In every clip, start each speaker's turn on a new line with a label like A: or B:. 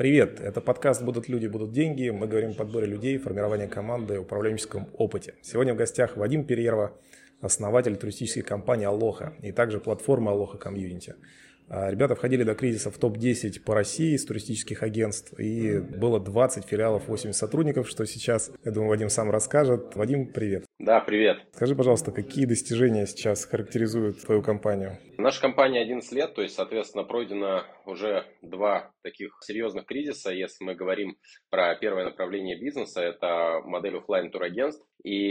A: Привет, это подкаст «Будут люди, будут деньги». Мы говорим о подборе людей, формировании команды, управленческом опыте. Сегодня в гостях Вадим Перерва, основатель туристической компании «Алоха» и также платформы «Алоха Комьюнити». Ребята входили до кризиса в топ-10 по России из туристических агентств, и было 20 филиалов, 80 сотрудников, что сейчас, я думаю, Вадим сам расскажет. Вадим, привет.
B: Да, привет.
A: Скажи, пожалуйста, какие достижения сейчас характеризуют твою компанию?
B: Наша компания 11 лет, то есть, соответственно, пройдено уже два таких серьезных кризиса. Если мы говорим про первое направление бизнеса, это модель офлайн турагентств.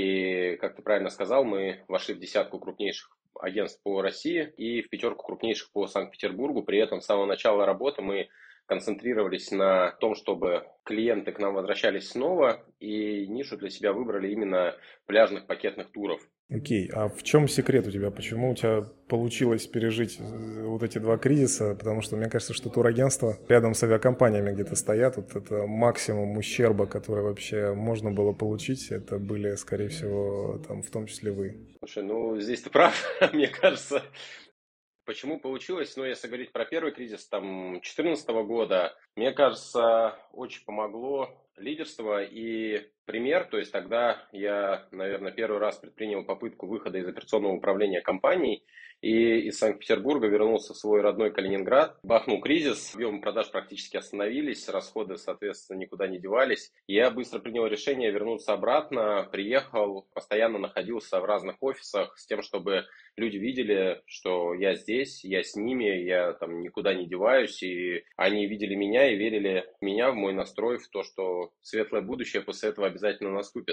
B: И, как ты правильно сказал, мы вошли в десятку крупнейших агентств по России и в пятерку крупнейших по Санкт-Петербургу. При этом с самого начала работы мы концентрировались на том, чтобы клиенты к нам возвращались снова, и нишу для себя выбрали именно пляжных пакетных туров.
A: Окей, а в чем секрет у тебя? Почему у тебя получилось пережить вот эти два кризиса? Потому что мне кажется, что турагентства рядом с авиакомпаниями где-то стоят. Вот это максимум ущерба, который вообще можно было получить, это были, скорее всего, там, в том числе вы.
B: Слушай, здесь ты прав, мне кажется. Почему получилось? Если говорить про первый кризис, 2014 года, мне кажется, очень помогло лидерство и пример. То есть тогда я, наверное, первый раз предпринял попытку выхода из операционного управления компанией и из Санкт-Петербурга вернулся в свой родной Калининград. Бахнул кризис, объемы продаж практически остановились, расходы, соответственно, никуда не девались. Я быстро принял решение вернуться обратно, приехал, постоянно находился в разных офисах с тем, чтобы люди видели, что я здесь, я с ними, я там никуда не деваюсь, и они видели меня и верили в меня, в мой настрой, в то, что светлое будущее после этого обязательно наступит.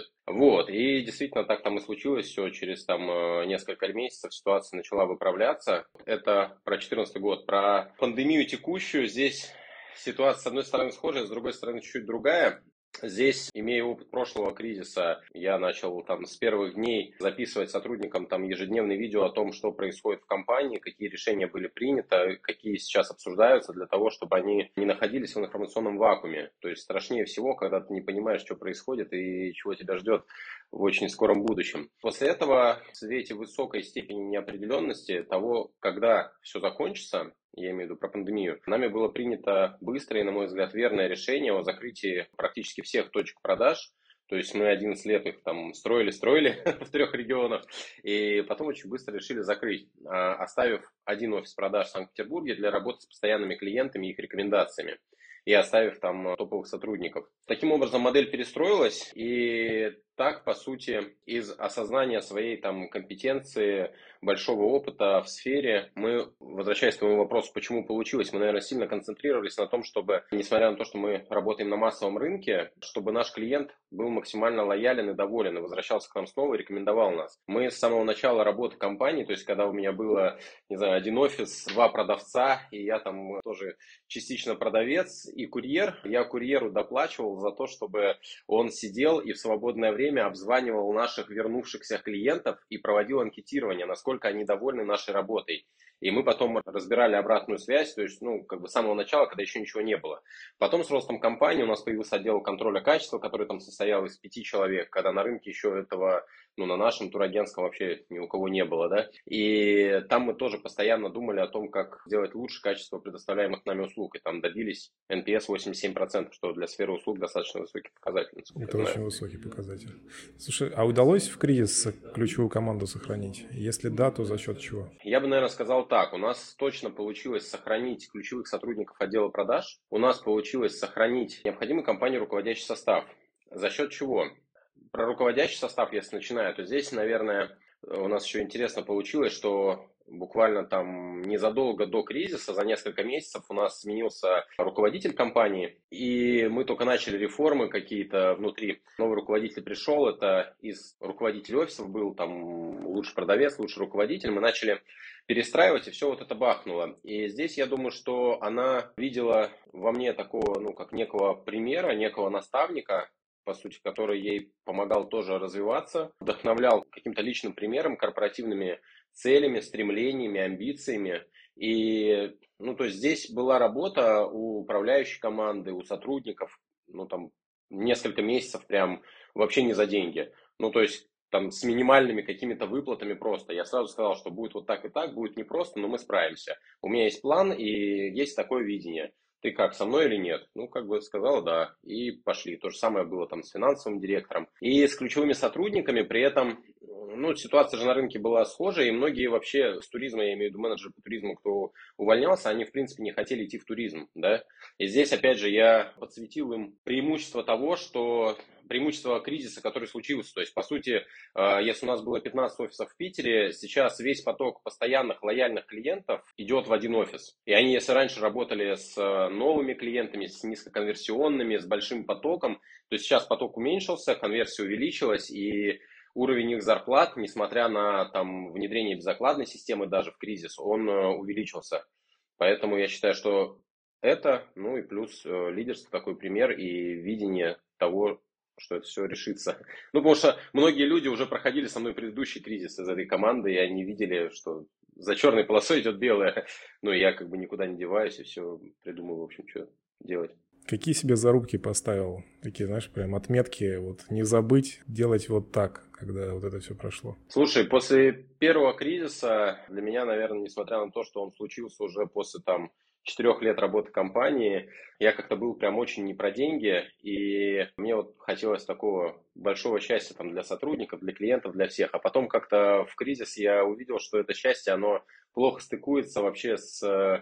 B: И действительно так там и случилось, все через несколько месяцев ситуация начала выправляться. Это про 2014 год. Про пандемию текущую, здесь ситуация с одной стороны схожая, с другой стороны чуть-чуть другая. Здесь, имея опыт прошлого кризиса, я начал с первых дней записывать сотрудникам ежедневные видео о том, что происходит в компании, какие решения были приняты, какие сейчас обсуждаются, для того, чтобы они не находились в информационном вакууме. То есть страшнее всего, когда ты не понимаешь, что происходит и чего тебя ждет в очень скором будущем. После этого, в свете высокой степени неопределенности того, когда все закончится, я имею в виду про пандемию, нами было принято быстрое и, на мой взгляд, верное решение о закрытии практически всех точек продаж. То есть мы 11 лет их строили в 3 регионах, и потом очень быстро решили закрыть, оставив один офис продаж в Санкт-Петербурге для работы с постоянными клиентами и их рекомендациями, и оставив там топовых сотрудников. Таким образом, модель перестроилась, и так, по сути, из осознания своей компетенции, большого опыта в сфере, мы, возвращаясь к твоему вопросу, почему получилось, мы, наверное, сильно концентрировались на том, чтобы, несмотря на то, что мы работаем на массовом рынке, чтобы наш клиент был максимально лоялен и доволен, и возвращался к нам снова и рекомендовал нас. Мы с самого начала работы компании, то есть когда у меня было, один офис, 2 продавца, и я тоже частично продавец и курьер, я курьеру доплачивал за то, чтобы он сидел и в свободное время обзванивал наших вернувшихся клиентов и проводил анкетирование, насколько они довольны нашей работой. И мы потом разбирали обратную связь, то есть, с самого начала, когда еще ничего не было. Потом с ростом компании у нас появился отдел контроля качества, который состоял из 5 человек, когда на рынке еще этого, на нашем турагентском вообще ни у кого не было, да. И там мы тоже постоянно думали о том, как сделать лучше качество предоставляемых нами услуг. И добились NPS 87%, что для сферы услуг достаточно высокий показатель.
A: Это очень высокий показатель. Слушай, а удалось в кризис ключевую команду сохранить? Если да, то за счет чего?
B: Я бы, наверное, сказал так. У нас точно получилось сохранить ключевых сотрудников отдела продаж. У нас получилось сохранить необходимый компании руководящий состав. За счет чего? Про руководящий состав, если начинаю, то здесь, наверное, у нас еще интересно получилось, что буквально незадолго до кризиса, за несколько месяцев у нас сменился руководитель компании, и мы только начали реформы какие-то внутри. Новый руководитель пришел, это из руководителей офисов был лучший продавец, лучший руководитель. Мы начали перестраивать, и все это бахнуло. И здесь я думаю, что она видела во мне такого, как некого примера, некого наставника, по сути, который ей помогал тоже развиваться, вдохновлял каким-то личным примером, корпоративными целями, стремлениями, амбициями. И, то есть здесь была работа у управляющей команды, у сотрудников, несколько месяцев прям вообще не за деньги. То есть с минимальными какими-то выплатами просто. Я сразу сказал, что будет вот так и так, будет непросто, но мы справимся. У меня есть план и есть такое видение. ты как, со мной или нет? Ну, как бы сказала, да, и пошли. То же самое было там с финансовым директором. И с ключевыми сотрудниками при этом, ну, ситуация же на рынке была схожая, и многие вообще с туризма, я имею в виду менеджеры по туризму, кто увольнялся, они, в принципе, не хотели идти в туризм, да. И здесь, опять же, я подсветил им преимущество того, что преимущество кризиса, который случился. То есть, по сути, если у нас было 15 офисов в Питере, сейчас весь поток постоянных лояльных клиентов идет в один офис. И они, если раньше работали с новыми клиентами, с низкоконверсионными, с большим потоком, то сейчас поток уменьшился, конверсия увеличилась, и уровень их зарплат, несмотря на там, внедрение безокладной системы даже в кризис, он увеличился. Поэтому я считаю, что это, ну и плюс лидерство, такой пример и видение того, что это все решится. Ну, потому что многие люди уже проходили со мной предыдущий кризис из этой команды, и они видели, что за черной полосой идет белая. Ну, и я как бы никуда не деваюсь, и все придумал, в общем, что делать.
A: Какие себе зарубки поставил? Такие, знаешь, прям отметки, вот не забыть делать вот так, когда вот это все прошло.
B: Слушай, после первого кризиса для меня, наверное, несмотря на то, что он случился уже после там 4 лет работы компании, я как-то был прям очень не про деньги, и мне вот хотелось такого большого счастья там для сотрудников, для клиентов, для всех. А потом как-то в кризис я увидел, что это счастье, оно плохо стыкуется вообще с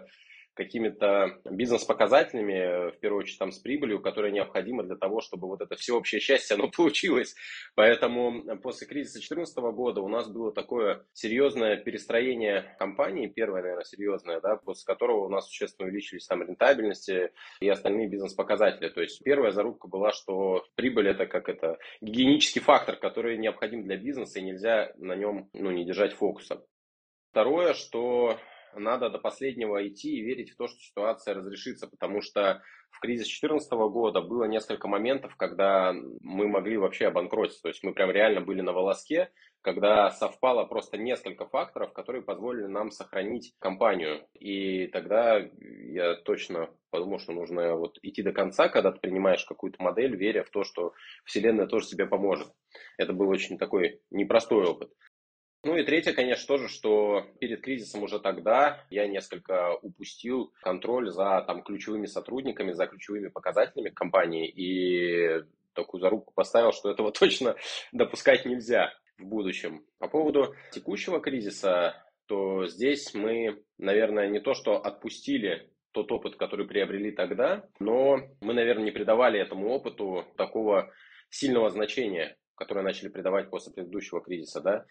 B: какими-то бизнес-показателями, в первую очередь там с прибылью, которая необходима для того, чтобы вот это всеобщее счастье, оно получилось. Поэтому после кризиса 2014 года у нас было такое серьезное перестроение компании, первое, наверное, серьезное, да, после которого у нас существенно увеличились там рентабельности и остальные бизнес-показатели. То есть первая зарубка была, что прибыль это как это гигиенический фактор, который необходим для бизнеса и нельзя на нем не держать фокуса. Второе, что надо до последнего идти и верить в то, что ситуация разрешится, потому что в кризис 2014 года было несколько моментов, когда мы могли вообще обанкротиться, то есть мы прям реально были на волоске, когда совпало просто несколько факторов, которые позволили нам сохранить компанию. И тогда я точно подумал, что нужно вот идти до конца, когда ты принимаешь какую-то модель, веря в то, что Вселенная тоже тебе поможет. Это был очень такой непростой опыт. Ну и третье, конечно, тоже, что перед кризисом уже тогда я несколько упустил контроль за там, ключевыми сотрудниками, за ключевыми показателями компании и такую зарубку поставил, что этого точно допускать нельзя в будущем. По поводу текущего кризиса, то здесь мы, наверное, не то что отпустили тот опыт, который приобрели тогда, но мы, наверное, не придавали этому опыту такого сильного значения, которое начали придавать после предыдущего кризиса, да,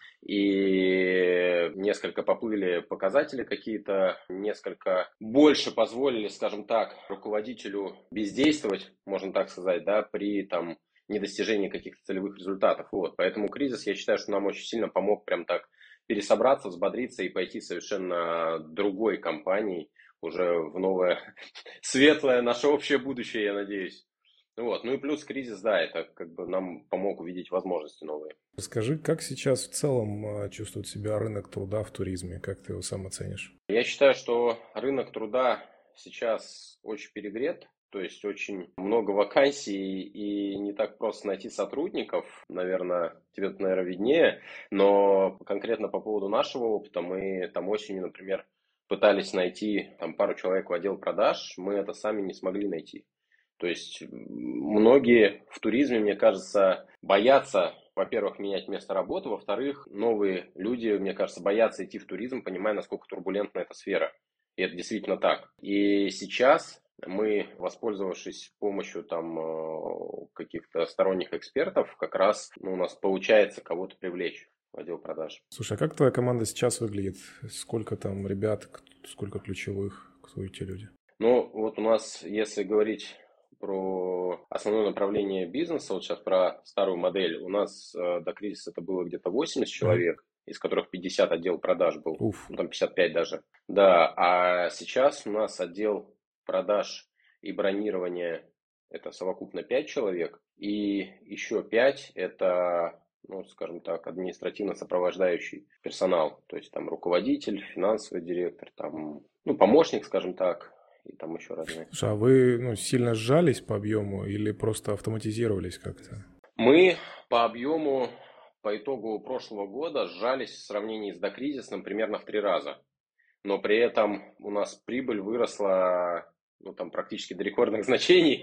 B: и несколько поплыли показатели какие-то, несколько больше позволили, скажем так, руководителю бездействовать, можно так сказать, да, при там недостижении каких-то целевых результатов. Вот. Поэтому кризис, я считаю, что нам очень сильно помог прям так пересобраться, взбодриться и пойти совершенно другой компанией уже в новое светлое наше общее будущее, я надеюсь. Вот. Ну и плюс кризис, да, это как бы нам помог увидеть возможности новые.
A: Скажи, как сейчас в целом чувствует себя рынок труда в туризме? Как ты его сам оценишь?
B: Я считаю, что рынок труда сейчас очень перегрет, то есть очень много вакансий и не так просто найти сотрудников, наверное, тебе это, наверное, виднее, но конкретно по поводу нашего опыта, мы там осенью, например, пытались найти там пару человек в отдел продаж, мы это сами не смогли найти. То есть многие в туризме, мне кажется, боятся, во-первых, менять место работы, во-вторых, новые люди, мне кажется, боятся идти в туризм, понимая, насколько турбулентна эта сфера. И это действительно так. И сейчас мы, воспользовавшись помощью там каких-то сторонних экспертов, как раз у нас получается кого-то привлечь в отдел продаж.
A: Слушай, а как твоя команда сейчас выглядит? Сколько там ребят, сколько ключевых, кто эти люди?
B: Ну, вот у нас, если говорить про основное направление бизнеса, вот сейчас про старую модель, у нас до кризиса это было где-то 80 человек, из которых 50 отдел продаж был,
A: Уф.
B: ну, там 55 даже. Да, а сейчас у нас отдел продаж и бронирования это совокупно 5 человек, и еще 5 это, ну, скажем так, административно-сопровождающий персонал, то есть там руководитель, финансовый директор, там, ну, помощник, скажем так, и там еще разные.
A: Слушай, а вы сильно сжались по объему или просто автоматизировались как-то?
B: Мы по объему по итогу прошлого года сжались в сравнении с докризисным примерно в 3 раза. Но при этом у нас прибыль выросла ну, там, практически до рекордных значений,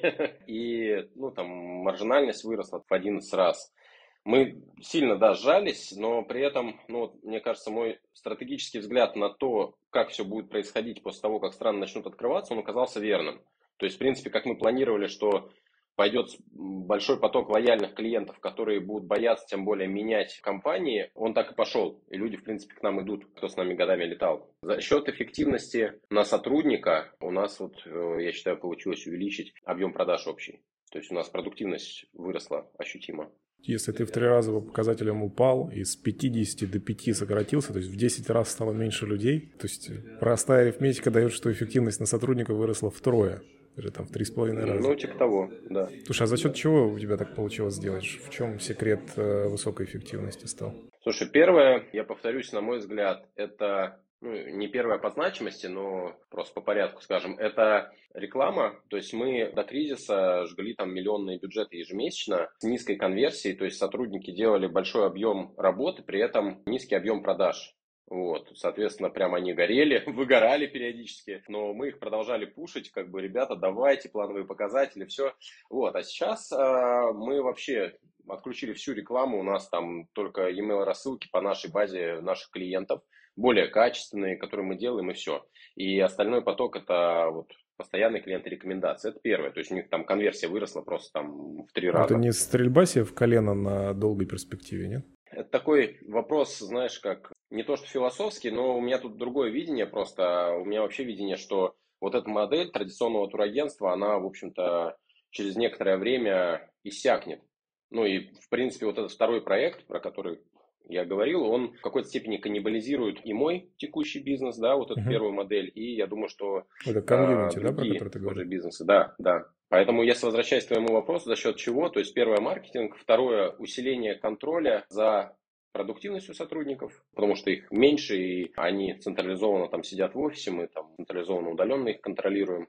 B: и, ну, там, маржинальность выросла в 11 раз. Мы сильно, да, сжались, но при этом, ну, вот, мне кажется, мой стратегический взгляд на то, как все будет происходить после того, как страны начнут открываться, он оказался верным. То есть, в принципе, как мы планировали, что пойдет большой поток лояльных клиентов, которые будут бояться, тем более, менять компании, он так и пошел. И люди, в принципе, к нам идут, кто с нами годами летал. За счет эффективности на сотрудника у нас, вот, я считаю, получилось увеличить объем продаж общий. То есть у нас продуктивность выросла ощутимо.
A: Если ты в 3 раза по показателям упал, из 50 до 5 сократился, то есть в 10 раз стало меньше людей, то есть простая арифметика дает, что эффективность на сотрудника выросла втрое, даже там в 3,5 раза.
B: Ну, типа того, да.
A: Слушай, а за счет чего у тебя так получилось сделать? В чем секрет высокой эффективности стал?
B: Слушай, первое, я повторюсь, на мой взгляд, это ну, не первое по значимости, но просто по порядку скажем, это реклама. То есть мы до кризиса жгли там миллионные бюджеты ежемесячно с низкой конверсией, то есть сотрудники делали большой объем работы, при этом низкий объем продаж. Вот, соответственно, прям они горели, выгорали периодически, но мы их продолжали пушить, как бы, ребята, давайте плановые показатели, все. Вот, а сейчас мы вообще отключили всю рекламу, у нас там только email рассылки по нашей базе наших клиентов, более качественные, которые мы делаем, и все. И остальной поток это вот постоянные клиенты рекомендации. Это первое. То есть у них там конверсия выросла просто там в 3
A: Это
B: раза.
A: не стрельба себе в колено на долгой перспективе, нет?
B: Это такой вопрос, знаешь, как не то что философский, но у меня тут другое видение просто. У меня вообще видение, что вот эта модель традиционного турагентства, она, в общем-то, через некоторое время иссякнет. Ну и, в принципе, вот этот второй проект, про который я говорил, он в какой-то степени каннибализирует и мой текущий бизнес, да, вот эту первую модель, и я думаю, что
A: Это комьюнити, да, про
B: другие
A: который ты
B: тоже
A: говоришь?
B: бизнесы, да, да. Поэтому, если возвращаясь к твоему вопросу, за счет чего, то есть первое маркетинг, второе усиление контроля за продуктивностью сотрудников, потому что их меньше, и они централизованно там сидят в офисе, мы там централизованно удаленно их контролируем,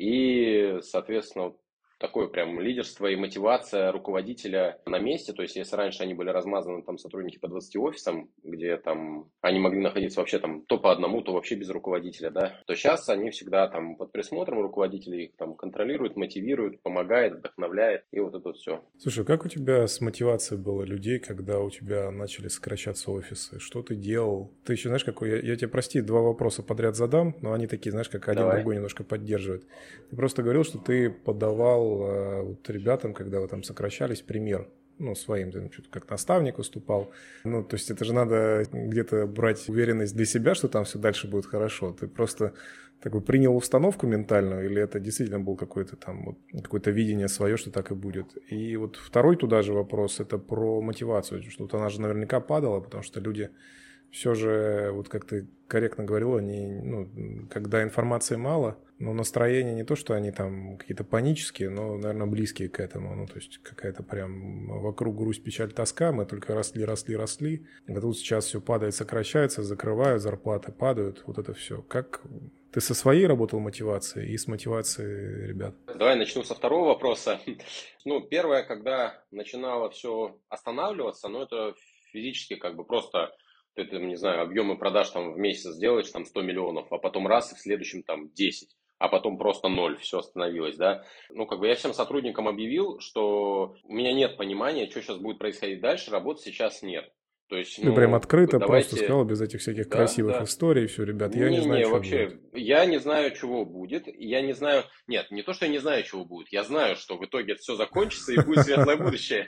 B: и, соответственно, такое прям лидерство и мотивация руководителя на месте. То есть, если раньше они были размазаны там сотрудники по 20 офисам, где там они могли находиться вообще там то по одному, то вообще без руководителя, да, то сейчас они всегда там под присмотром руководителей их там контролируют, мотивируют, помогает, вдохновляет, и вот это вот все.
A: Слушай, как у тебя с мотивацией было людей, когда у тебя начали сокращаться офисы? Что ты делал? Ты еще знаешь, какой... Я тебе, прости, 2 вопроса подряд задам, но они такие, знаешь, как один
B: Давай.
A: другой немножко поддерживают. Ты просто говорил, что ты подавал вот ребятам, когда вы там сокращались, пример. Ну, своим, ты что-то как наставник выступал. Ну, то есть это же надо где-то брать уверенность для себя, что там все дальше будет хорошо. Ты просто такой принял установку ментальную, или это действительно был какое-то там вот, какое-то видение свое, что так и будет? И вот второй туда же вопрос, это про мотивацию, что вот она же наверняка падала, потому что люди все же, вот как ты корректно говорил, они, ну, когда информации мало, но настроение не то, что они там какие-то панические, но, наверное, близкие к этому. Ну, то есть какая-то прям вокруг грусть, печаль, тоска. Мы только росли. А тут сейчас все падает, сокращается, закрывают, зарплаты падают. Вот это все. Как ты со своей работал мотивацией и с мотивацией ребят?
B: Давай начну со второго вопроса. Ну, первое, когда начинало все останавливаться, ну, это физически как бы просто ты, не знаю, объемы продаж там в месяц сделаешь там 100 миллионов, а потом раз и в следующем там 10, а потом просто 0, все остановилось, да. Ну, как бы я всем сотрудникам объявил, что у меня нет понимания, что сейчас будет происходить дальше, работы сейчас нет. То есть,
A: Ты прям открыто
B: давайте...
A: просто сказал, без этих всяких
B: Да,
A: красивых
B: да.
A: историй, все, ребят, я не знаю, что
B: вообще,
A: будет.
B: я не знаю, чего будет, я не знаю, нет, не то, что я не знаю, чего будет, я знаю, что в итоге это все закончится и будет светлое будущее,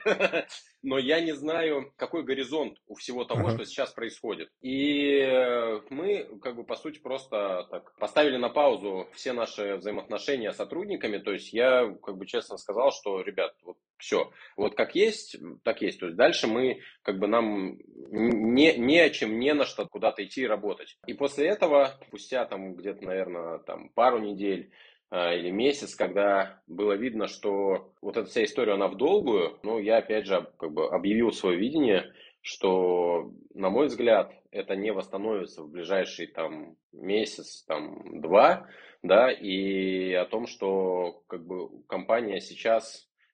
B: но я не знаю, какой горизонт у всего того, что сейчас происходит. И мы, как бы, по сути, просто так поставили на паузу все наши взаимоотношения с сотрудниками, то есть я, как бы, честно сказал, что, ребят, вот все, вот как есть, так есть, то есть дальше мы, как бы, нам не о чем, не на что куда-то идти и работать. И после этого, спустя там где-то, наверное, там пару недель или месяц, когда было видно, что вот эта вся история, она в долгую, ну, я опять же как бы объявил свое видение, что, на мой взгляд, это не восстановится в ближайший там месяц, там, 2, да, и о том, что как бы компания сейчас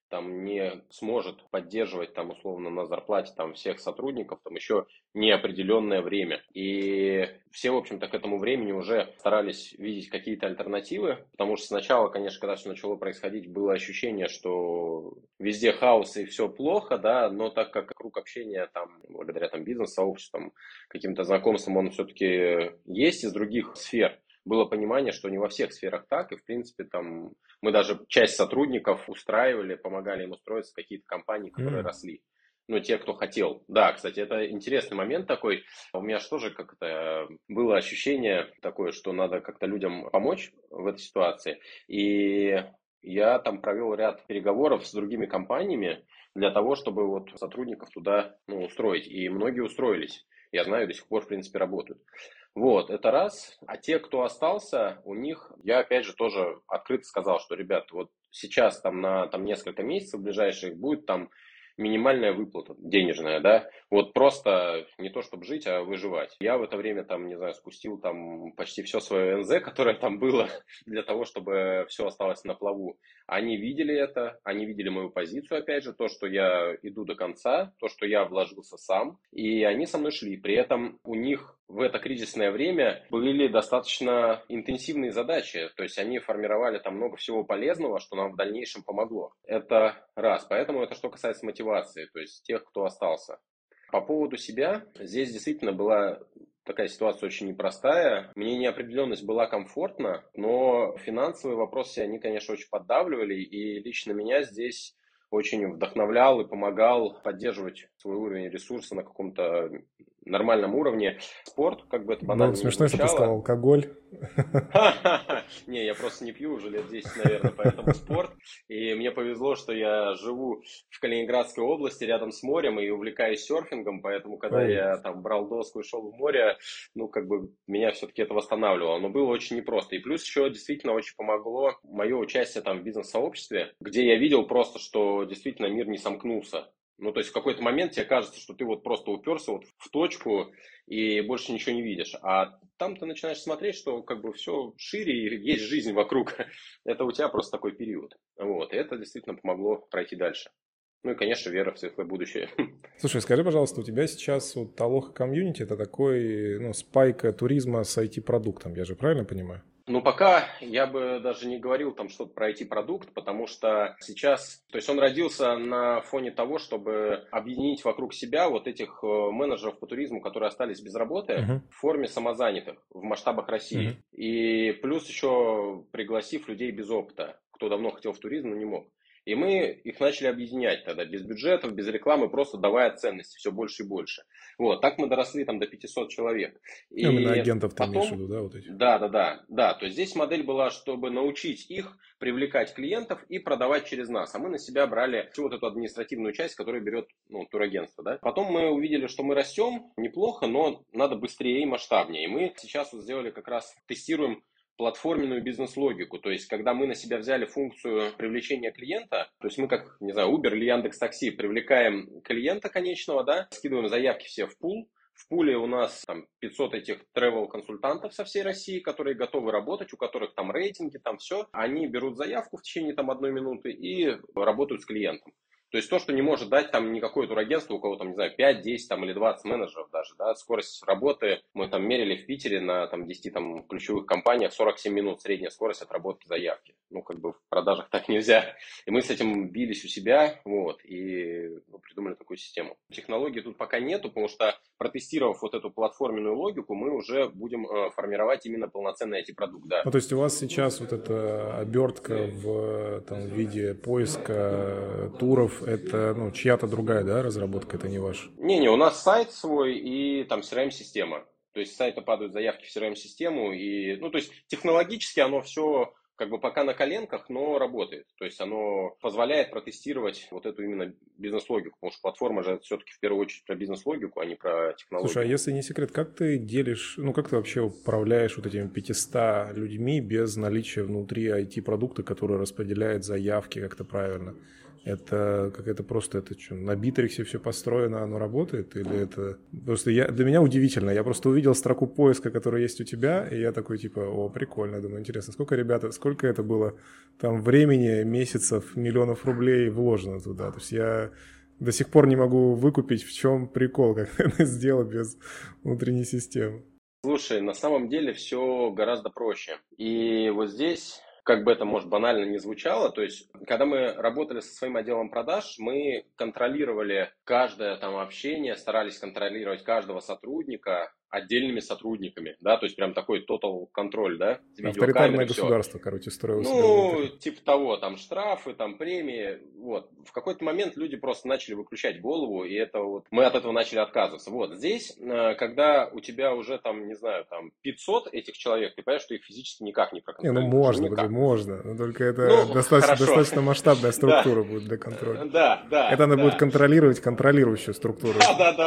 B: там не сможет поддерживать там условно на зарплате там всех сотрудников там еще неопределенное время. И все, в общем-то, к этому времени уже старались видеть какие-то альтернативы, потому что сначала, конечно, когда все начало происходить, было ощущение, что везде хаос и все плохо, да, но так как круг общения там, благодаря там бизнес-сообществам, каким-то знакомствам, он все-таки есть из других сфер, было понимание, что не во всех сферах так, и, в принципе, там мы даже часть сотрудников устраивали, помогали им устроиться в какие-то компании, которые росли. Ну, те, кто хотел. Да, кстати, это интересный момент такой. У меня же тоже как-то было ощущение такое, что надо как-то людям помочь в этой ситуации. И я там провел ряд переговоров с другими компаниями для того, чтобы вот сотрудников туда устроить. И многие устроились. Я знаю, до сих пор, в принципе, работают. Вот, это раз. А те, кто остался, у них, я опять же тоже открыто сказал, что, ребят, вот сейчас там на несколько месяцев ближайших будет там минимальная выплата денежная, да, вот просто не то, чтобы жить, а выживать. Я в это время там, не знаю, спустил там почти все свое НЗ, которое там было, для того, чтобы все осталось на плаву. Они видели это, они видели мою позицию, опять же, то, что я иду до конца, то, что я вложился сам, и они со мной шли. При этом у них в это кризисное время были достаточно интенсивные задачи, то есть они формировали там много всего полезного, что нам в дальнейшем помогло. Это раз, поэтому это что касается мотивации, то есть тех, кто остался. По поводу себя, здесь действительно была такая ситуация очень непростая. Мне неопределенность была комфортна, но финансовые вопросы, они, конечно, очень поддавливали, и лично меня здесь очень вдохновлял и помогал поддерживать свой уровень ресурса на каком-то нормальном уровне. Спорт, как бы это банально
A: Было
B: не
A: смешно, если бы ты сказал
B: звучало.
A: алкоголь.
B: Не, я просто не пью уже лет 10, наверное, поэтому спорт. И мне повезло, что я живу в Калининградской области, рядом с морем, и увлекаюсь серфингом, поэтому, когда я там брал доску и шел в море, ну, как бы меня все-таки это восстанавливало. Но было очень непросто. И плюс еще действительно очень помогло мое участие там в бизнес-сообществе, где я видел просто, что действительно мир не сомкнулся. Ну, то есть в какой-то момент тебе кажется, что ты вот просто уперся вот в точку и больше ничего не видишь. А там ты начинаешь смотреть, что как бы все шире и есть жизнь вокруг. Это у тебя просто такой период. Вот. И это действительно помогло пройти дальше. Ну и, конечно, вера в светлое будущее.
A: Слушай, скажи, пожалуйста, у тебя сейчас вот Алоха комьюнити – это такой, спайка туризма с IT-продуктом, я же правильно понимаю?
B: Ну, пока я бы даже не говорил там что-то про IT-продукт, потому что сейчас, то есть он родился на фоне того, чтобы объединить вокруг себя вот этих менеджеров по туризму, которые остались без работы, в форме самозанятых в масштабах России. И плюс еще пригласив людей без опыта, кто давно хотел в туризм, но не мог. И мы их начали объединять тогда без бюджетов, без рекламы, просто давая ценности все больше и больше. Вот, так мы доросли там до 500 человек. И
A: Именно агентов ты имеешь в
B: потом,
A: виду, да, вот эти?
B: да. То есть здесь модель была, чтобы научить их привлекать клиентов и продавать через нас. А мы на себя брали всю вот эту административную часть, которую берет турагентство. Да? Потом мы увидели, что мы растем неплохо, но надо быстрее и масштабнее. И мы сейчас вот сделали как раз, тестируем платформенную бизнес-логику. То есть, когда мы на себя взяли функцию привлечения клиента, то есть мы как, не знаю, Uber или Яндекс.Такси привлекаем клиента конечного, да, скидываем заявки все в пул. В пуле у нас там 500 этих travel-консультантов со всей России, которые готовы работать, у которых там рейтинги, там все. Они берут заявку в течение там 1 минуты и работают с клиентом. То есть то, что не может дать там никакое турагентство, у кого там, не знаю, 5, 10 там, или 20 менеджеров даже, да, скорость работы мы там мерили в Питере на там 10 там ключевых компаниях 47 минут средняя скорость отработки заявки. Ну, как бы в продажах так нельзя. И мы с этим бились у себя, вот, и придумали такую систему. Технологий тут пока нету, потому что протестировав вот эту платформенную логику, мы уже будем формировать именно полноценный IT-продукт, да.
A: Ну, то есть у вас сейчас вот эта обертка в виде поиска туров, это, чья-то другая, да, разработка, это не ваша?
B: Не, у нас сайт свой и там CRM-система. То есть с сайта падают заявки в CRM-систему. И, то есть технологически оно все как бы пока на коленках, но работает. То есть оно позволяет протестировать вот эту именно бизнес-логику. Потому что платформа же все-таки в первую очередь про бизнес-логику, а не про технологию.
A: Слушай, а если не секрет, как ты делишь, как ты вообще управляешь вот этими 500 людьми без наличия внутри IT-продукта, который распределяет заявки как-то правильно? Это какая-то просто, это что, на Битриксе все построено, оно работает? Или это... Просто для меня удивительно. Я просто увидел строку поиска, которая есть у тебя, и я такой типа, о, прикольно. Я думаю, интересно, сколько это было там времени, месяцев, миллионов рублей вложено туда? То есть я до сих пор не могу выкупить, в чем прикол, как это сделать без внутренней системы.
B: Слушай, на самом деле все гораздо проще. И вот здесь, как бы это, может, банально не звучало, то есть, когда мы работали со своим отделом продаж, мы контролировали каждое там общение, старались контролировать каждого сотрудника отдельными сотрудниками, да, то есть прям такой total контроль, да,
A: Авторитарное
B: видеокамеры, все.
A: государство, короче, строило себя
B: Ну,
A: внутри.
B: типа того, там штрафы, там премии, вот. В какой-то момент люди просто начали выключать голову, и это вот, мы от этого начали отказываться. Вот, здесь, когда у тебя уже там, не знаю, там 500 этих человек, ты понимаешь, что их физически никак не
A: Не, ну
B: проконтролируешь, ну
A: можно,
B: никак.
A: можно, но только это
B: Ну, хорошо,
A: достаточно масштабная
B: да,
A: структура будет для контроля.
B: да,
A: Это
B: да,
A: надо будет
B: да.
A: контролировать контролирующую структуру.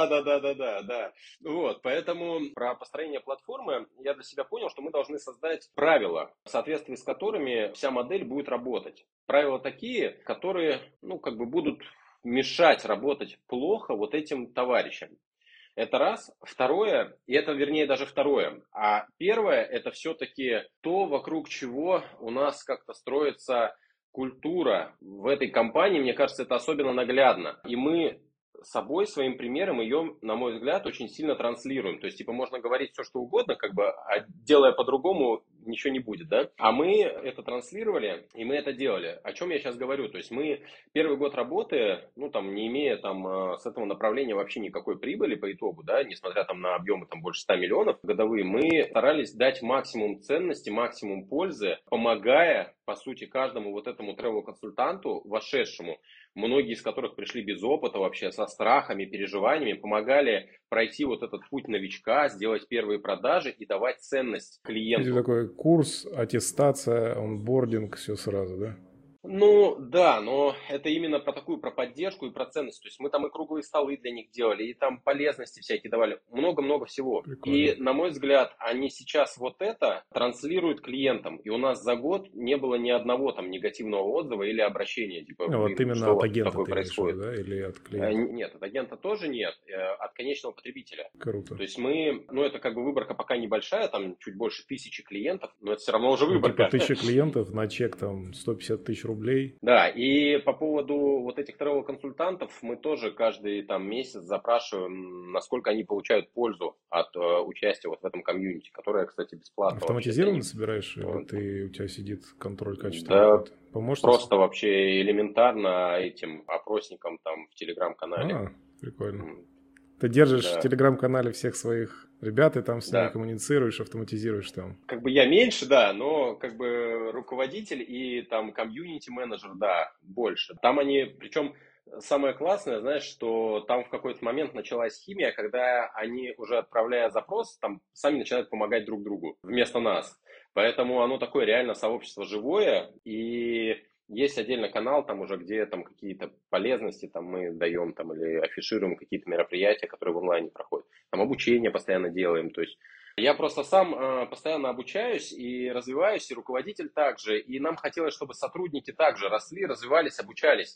B: Да. Вот, поэтому про построение платформы я для себя понял, что мы должны создать правила, в соответствии с которыми вся модель будет работать. Правила такие, которые, ну, как бы будут мешать работать плохо вот этим товарищам. Это раз. Второе, и это вернее даже второе. А первое, это все-таки то, вокруг чего у нас как-то строится культура в этой компании. Мне кажется, это особенно наглядно. И мы собой, своим примером ее, на мой взгляд, очень сильно транслируем. То есть, типа, можно говорить все, что угодно, как бы, а делая по-другому, ничего не будет, да? А мы это транслировали, и мы это делали. О чем я сейчас говорю? То есть, мы первый год работы, ну, там, не имея там с этого направления вообще никакой прибыли по итогу, да, несмотря там на объемы там больше 100 миллионов годовые, мы старались дать максимум ценности, максимум пользы, помогая, по сути, каждому вот этому travel-консультанту, вошедшему, многие из которых пришли без опыта вообще, со страхами, переживаниями, помогали пройти вот этот путь новичка, сделать первые продажи и давать ценность
A: Это
B: клиенту.
A: такой курс, аттестация, онбординг, все сразу, да?
B: Ну, да, но это именно про такую, про поддержку и про ценность. То есть мы там и круглые столы для них делали, и там полезности всякие давали, много-много всего.
A: Прикольно.
B: И, на мой взгляд, они сейчас вот это транслируют клиентам. И у нас за год не было ни одного там негативного отзыва или обращения, типа,
A: Ну, вот
B: блин,
A: именно
B: что у
A: от
B: вас тут
A: агента
B: такое
A: ты имеешь в виду,
B: происходит?
A: да, или от клиента?
B: Нет, от агента тоже нет, от конечного потребителя.
A: Круто.
B: То есть мы, ну это как бы выборка пока небольшая, там чуть больше 1000 клиентов, но это все равно уже
A: Ну, типа
B: выборка.
A: 1000 клиентов на чек там 150 тысяч рублей.
B: Да, и по поводу вот этих travel-консультантов мы тоже каждый там месяц запрашиваем, насколько они получают пользу от участия вот в этом комьюнити, которое, кстати, бесплатно вообще для
A: Автоматизированно
B: них.
A: собираешь, или
B: Вот.
A: у тебя сидит контроль качества
B: Да,
A: какой-то? Помощница?
B: просто вообще элементарно этим опросником там в телеграм-канале.
A: Прикольно.
B: М,
A: Ты держишь в
B: Да,
A: телеграм-канале всех своих ребят, и там с ними
B: да.
A: коммуницируешь, автоматизируешь там.
B: Как бы я меньше, да, но как бы руководитель и там комьюнити-менеджер, да, больше. Там они, причем самое классное, знаешь, что там в какой-то момент началась химия, когда они уже отправляя запрос, там сами начинают помогать друг другу вместо нас. Поэтому оно такое реально сообщество живое, и есть отдельно канал там уже, где там какие-то полезности там мы даем там или афишируем какие-то мероприятия, которые в онлайне проходят. Там обучение постоянно делаем, то есть я просто сам постоянно обучаюсь и развиваюсь, и руководитель также. И нам хотелось, чтобы сотрудники также росли, развивались, обучались.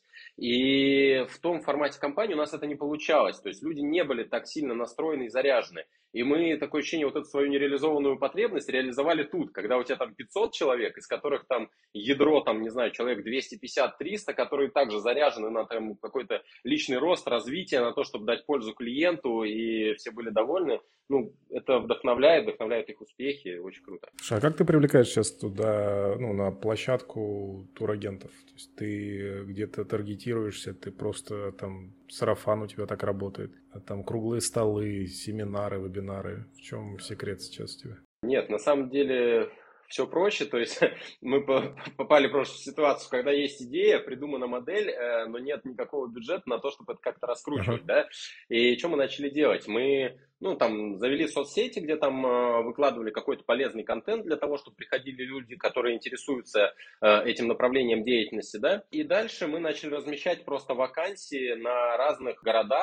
B: И в том формате компании у нас это не получалось. То есть люди не были так сильно настроены и заряжены. И мы, такое ощущение, вот эту свою нереализованную потребность реализовали тут, когда у тебя там 500 человек, из которых там ядро, там, не знаю, человек 250-300, которые также заряжены на там, какой-то личный рост, развитие, на то, чтобы дать пользу клиенту, и все были довольны. Ну, это вдохновляет их успехи, очень круто.
A: Слушай, а как ты привлекаешь сейчас туда, ну, на площадку турагентов? То есть ты где-то таргетируешься, ты просто там сарафан у тебя так работает, а там круглые столы, семинары, вебинары. В чем секрет сейчас у тебя?
B: Нет, на самом деле все проще, то есть мы попали просто в ситуацию, когда есть идея, придумана модель, но нет никакого бюджета на то, чтобы это как-то
A: Ага.
B: раскручивать, да. И что мы начали делать? Мы, ну, там, завели соцсети, где там выкладывали какой-то полезный контент для того, чтобы приходили люди, которые интересуются этим направлением деятельности, да. И дальше мы начали размещать просто вакансии на разных городах,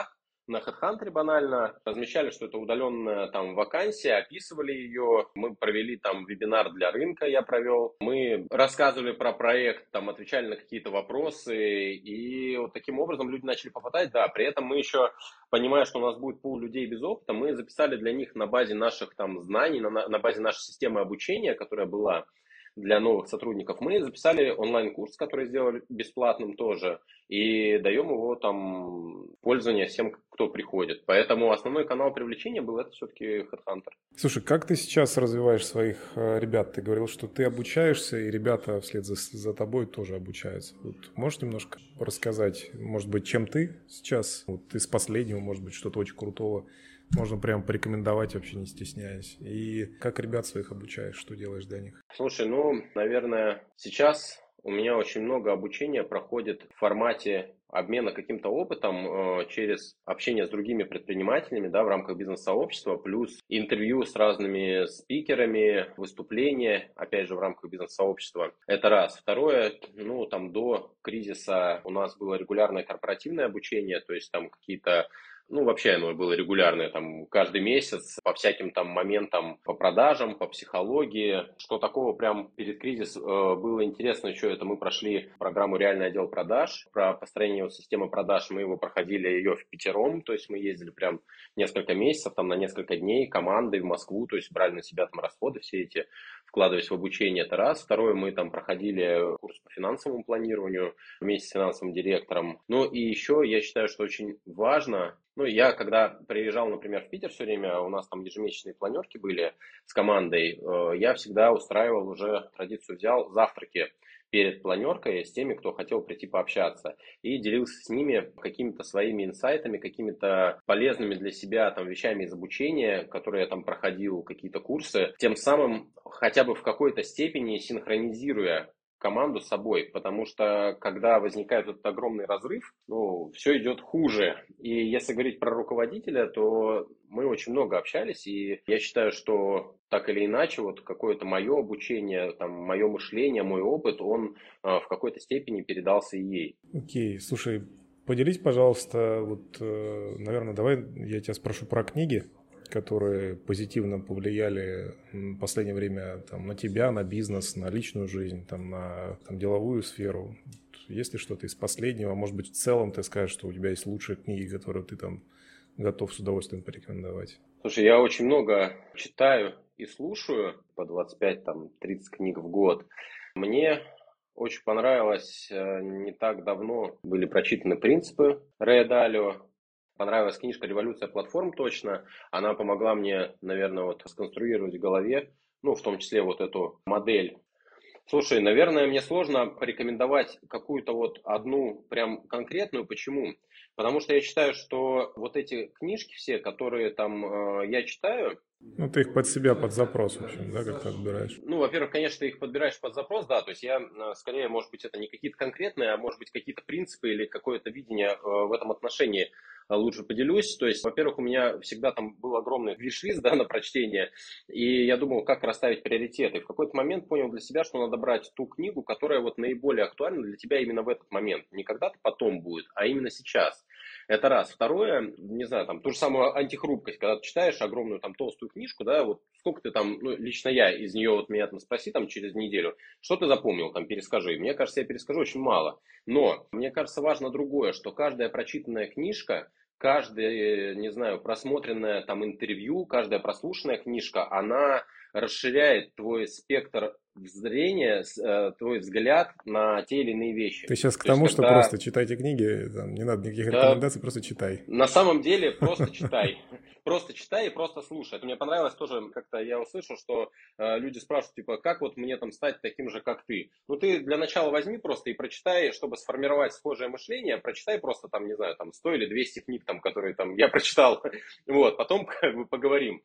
B: на HeadHunter банально, размещали, что это удаленная там вакансия, описывали ее, мы провели там вебинар для рынка, я провел, мы рассказывали про проект, там отвечали на какие-то вопросы, и вот таким образом люди начали попадать, да, при этом мы еще, понимая, что у нас будет пул людей без опыта, мы записали для них на базе наших там знаний, на базе нашей системы обучения, которая была для новых сотрудников, мы записали онлайн-курс, который сделали бесплатным тоже, и даем его там в пользование всем, кто приходит. Поэтому основной канал привлечения был это все-таки HeadHunter.
A: Слушай, как ты сейчас развиваешь своих ребят? Ты говорил, что ты обучаешься, и ребята вслед за тобой тоже обучаются. Вот можешь немножко рассказать, может быть, чем ты сейчас, вот из последнего, может быть, что-то очень крутого, можно прям порекомендовать, вообще не стесняясь. И как ребят своих обучаешь, что делаешь для них?
B: Слушай, наверное, сейчас у меня очень много обучения проходит в формате обмена каким-то опытом через общение с другими предпринимателями, да, в рамках бизнес-сообщества, плюс интервью с разными спикерами, выступления, опять же, в рамках бизнес-сообщества. Это раз. Второе, там до кризиса у нас было регулярное корпоративное обучение, то есть там какие-то вообще оно было регулярное, там, каждый месяц по всяким там моментам, по продажам, по психологии. Что такого прям перед кризисом было интересно еще, это мы прошли программу «Реальный отдел продаж», про построение системы продаж, мы его проходили ее впятером, то есть мы ездили прям несколько месяцев, там, на несколько дней командой в Москву, то есть брали на себя там расходы все эти, вкладываясь в обучение, это раз. Второе, мы там проходили курс по финансовому планированию вместе с финансовым директором. И еще я считаю, что очень важно, я когда приезжал, например, в Питер все время, у нас там ежемесячные планерки были с командой, я всегда устраивал, уже традицию взял, завтраки перед планеркой с теми, кто хотел прийти пообщаться, и делился с ними какими-то своими инсайтами, какими-то полезными для себя там вещами из обучения, которые я там проходил, какие-то курсы, тем самым хотя бы в какой-то степени синхронизируя команду с собой, потому что когда возникает этот огромный разрыв, все идет хуже. И если говорить про руководителя, то мы очень много общались, и я считаю, что так или иначе, вот какое-то мое обучение, там, мое мышление, мой опыт, он в какой-то степени передался и ей.
A: Окей, слушай, поделись, пожалуйста, наверное, давай я тебя спрошу про книги, которые позитивно повлияли в последнее время там, на тебя, на бизнес, на личную жизнь, на деловую сферу. Есть ли что-то из последнего? Может быть, в целом ты скажешь, что у тебя есть лучшие книги, которые ты там готов с удовольствием порекомендовать?
B: Слушай, я очень много читаю и слушаю, по 25-30 книг в год. Мне очень понравилось, не так давно были прочитаны «Принципы» Рэя Далио. Понравилась книжка «Революция платформ» точно. Она помогла мне, наверное, сконструировать в голове, в том числе вот эту модель. Слушай, наверное, мне сложно порекомендовать какую-то одну прям конкретную. Почему? Потому что я считаю, что вот эти книжки все, которые там я читаю...
A: Ты их под себя, под запрос, в общем, да, как-то отбираешь?
B: Во-первых, конечно, ты их подбираешь под запрос, да, то есть я скорее, может быть, это не какие-то конкретные, а может быть, какие-то принципы или какое-то видение в этом отношении лучше поделюсь. То есть, во-первых, у меня всегда там был огромный виш-лист, да, на прочтение, и я думал, как расставить приоритеты. В какой-то момент понял для себя, что надо брать ту книгу, которая наиболее актуальна для тебя именно в этот момент. Не когда-то потом будет, а именно сейчас. Это раз. Второе, не знаю, ту же самую «Антихрупкость», когда ты читаешь огромную толстую книжку, да, сколько ты там, лично я из нее, меня спроси через неделю, что ты запомнил, перескажи. Мне кажется, я перескажу очень мало. Но мне кажется, важно другое, что каждая прочитанная книжка, каждое, не знаю, просмотренное интервью, каждая прослушанная книжка, она расширяет твой спектр зрения, твой взгляд на те или иные вещи.
A: Ты сейчас к тому, что просто читайте книги, не надо никаких рекомендаций, просто читай.
B: На самом деле, просто читай. Просто читай и просто слушай. Это мне понравилось тоже, как-то я услышал, что люди спрашивают, как мне стать таким же, как ты. Ты для начала возьми просто и прочитай, чтобы сформировать схожее мышление, прочитай просто 100 или 200 книг, которые я прочитал. Потом поговорим.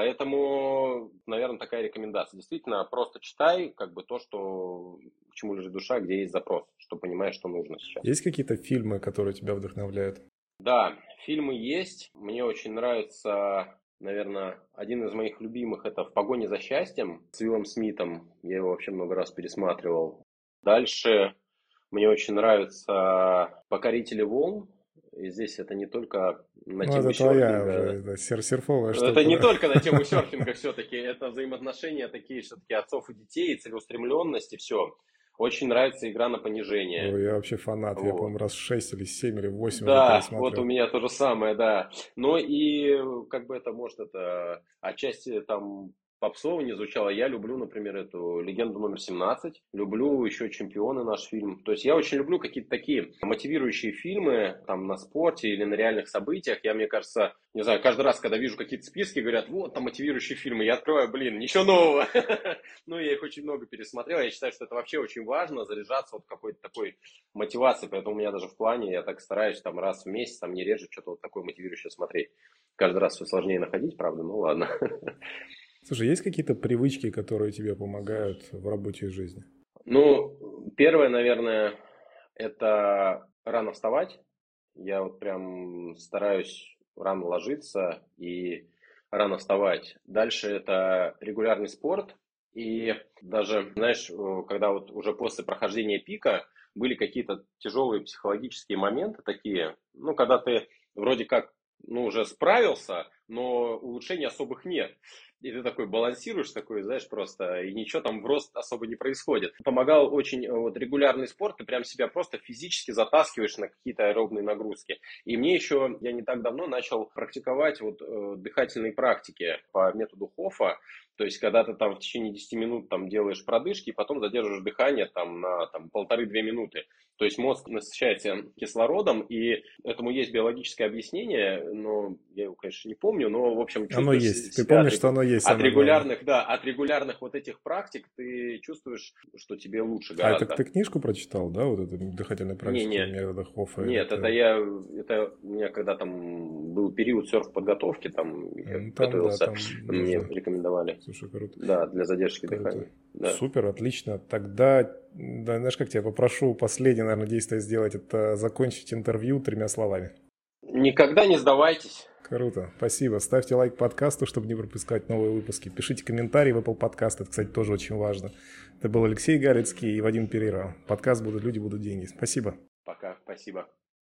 B: Поэтому, наверное, такая рекомендация. Действительно, просто читай то, что к чему лежит душа, где есть запрос, что понимаешь, что нужно сейчас.
A: Есть какие-то фильмы, которые тебя вдохновляют?
B: Да, фильмы есть. Мне очень нравится, наверное, один из моих любимых — это «В погоне за счастьем» с Уиллом Смитом. Я его вообще много раз пересматривал. Дальше мне очень нравится «Покорители волн». И здесь это не только на
A: Ну,
B: тему
A: это твоя
B: серфинга.
A: уже серфовая штука.
B: Это не только на тему серфинга все-таки, это взаимоотношения такие все-таки отцов и детей, целеустремленность и все. Очень нравится игра на понижение.
A: Ой, я вообще фанат. Я,
B: Вот.
A: по-моему, раз 6 или 7 или 8 уже
B: Да, вот у
A: пересмотрел.
B: меня то же самое, да. Но и как бы это может это отчасти там попсово не звучало. Я люблю, например, эту «Легенду номер 17». Люблю еще «Чемпионы» наш фильм. То есть я очень люблю какие-то такие мотивирующие фильмы там на спорте или на реальных событиях. Я, мне кажется, не знаю, каждый раз, когда вижу какие-то списки, говорят, вот там мотивирующие фильмы, я открываю, блин, ничего нового. Ну, я их очень много пересмотрел. Я считаю, что это вообще очень важно, заряжаться вот какой-то такой мотивацией. Поэтому у меня даже в плане, я так стараюсь там раз в месяц, там не реже, что-то вот такое мотивирующее смотреть. Каждый раз все сложнее находить, правда, ну ладно.
A: Слушай, есть какие-то привычки, которые тебе помогают в работе и жизни?
B: Ну, первое, наверное, это рано вставать. Я вот прям стараюсь рано ложиться и рано вставать. Дальше это регулярный спорт. И даже, знаешь, когда вот уже после прохождения пика были какие-то тяжелые психологические моменты такие, ну, когда ты вроде как, ну, уже справился, но улучшений особых нет. И ты такой балансируешь, такой, знаешь, просто, и ничего там в рост особо не происходит. Помогал очень вот регулярный спорт, ты прям себя просто физически затаскиваешь на какие-то аэробные нагрузки. И мне еще, я не так давно начал практиковать вот дыхательные практики по методу Хоффа. То есть, когда ты там в течение 10 минут там делаешь продышки, и потом задерживаешь дыхание там на там, 1,5-2 минуты. То есть мозг насыщается кислородом, и этому есть биологическое объяснение, но я его, конечно, не помню, но, в общем,
A: Оно
B: чувствуешь
A: есть. Ты
B: себя
A: помнишь, что оно есть,
B: от
A: самое главное.
B: регулярных, да, от регулярных вот этих практик ты чувствуешь, что тебе лучше
A: А это
B: гораздо.
A: ты книжку прочитал, да, вот эту дыхательную практику
B: Не-не,
A: метода Хоффа? Или
B: нет,
A: это...
B: это у меня когда там был период серф-подготовки, там я
A: Ну, там, да,
B: готовился,
A: там
B: мне
A: нужно.
B: рекомендовали,
A: Слушай, круто.
B: да, для задержки
A: Круто.
B: дыхания, да.
A: Супер, отлично. Тогда, да, знаешь, как тебя попрошу последнее, наверное, действие сделать, это закончить интервью 3 словами.
B: Никогда не сдавайтесь.
A: Круто, спасибо. Ставьте лайк подкасту, чтобы не пропускать новые выпуски. Пишите комментарии в Apple Podcast, это, кстати, тоже очень важно. Это был Алексей Галицкий и Вадим Перейра. Подкаст «Будут люди, будут деньги». Спасибо.
B: Пока, спасибо.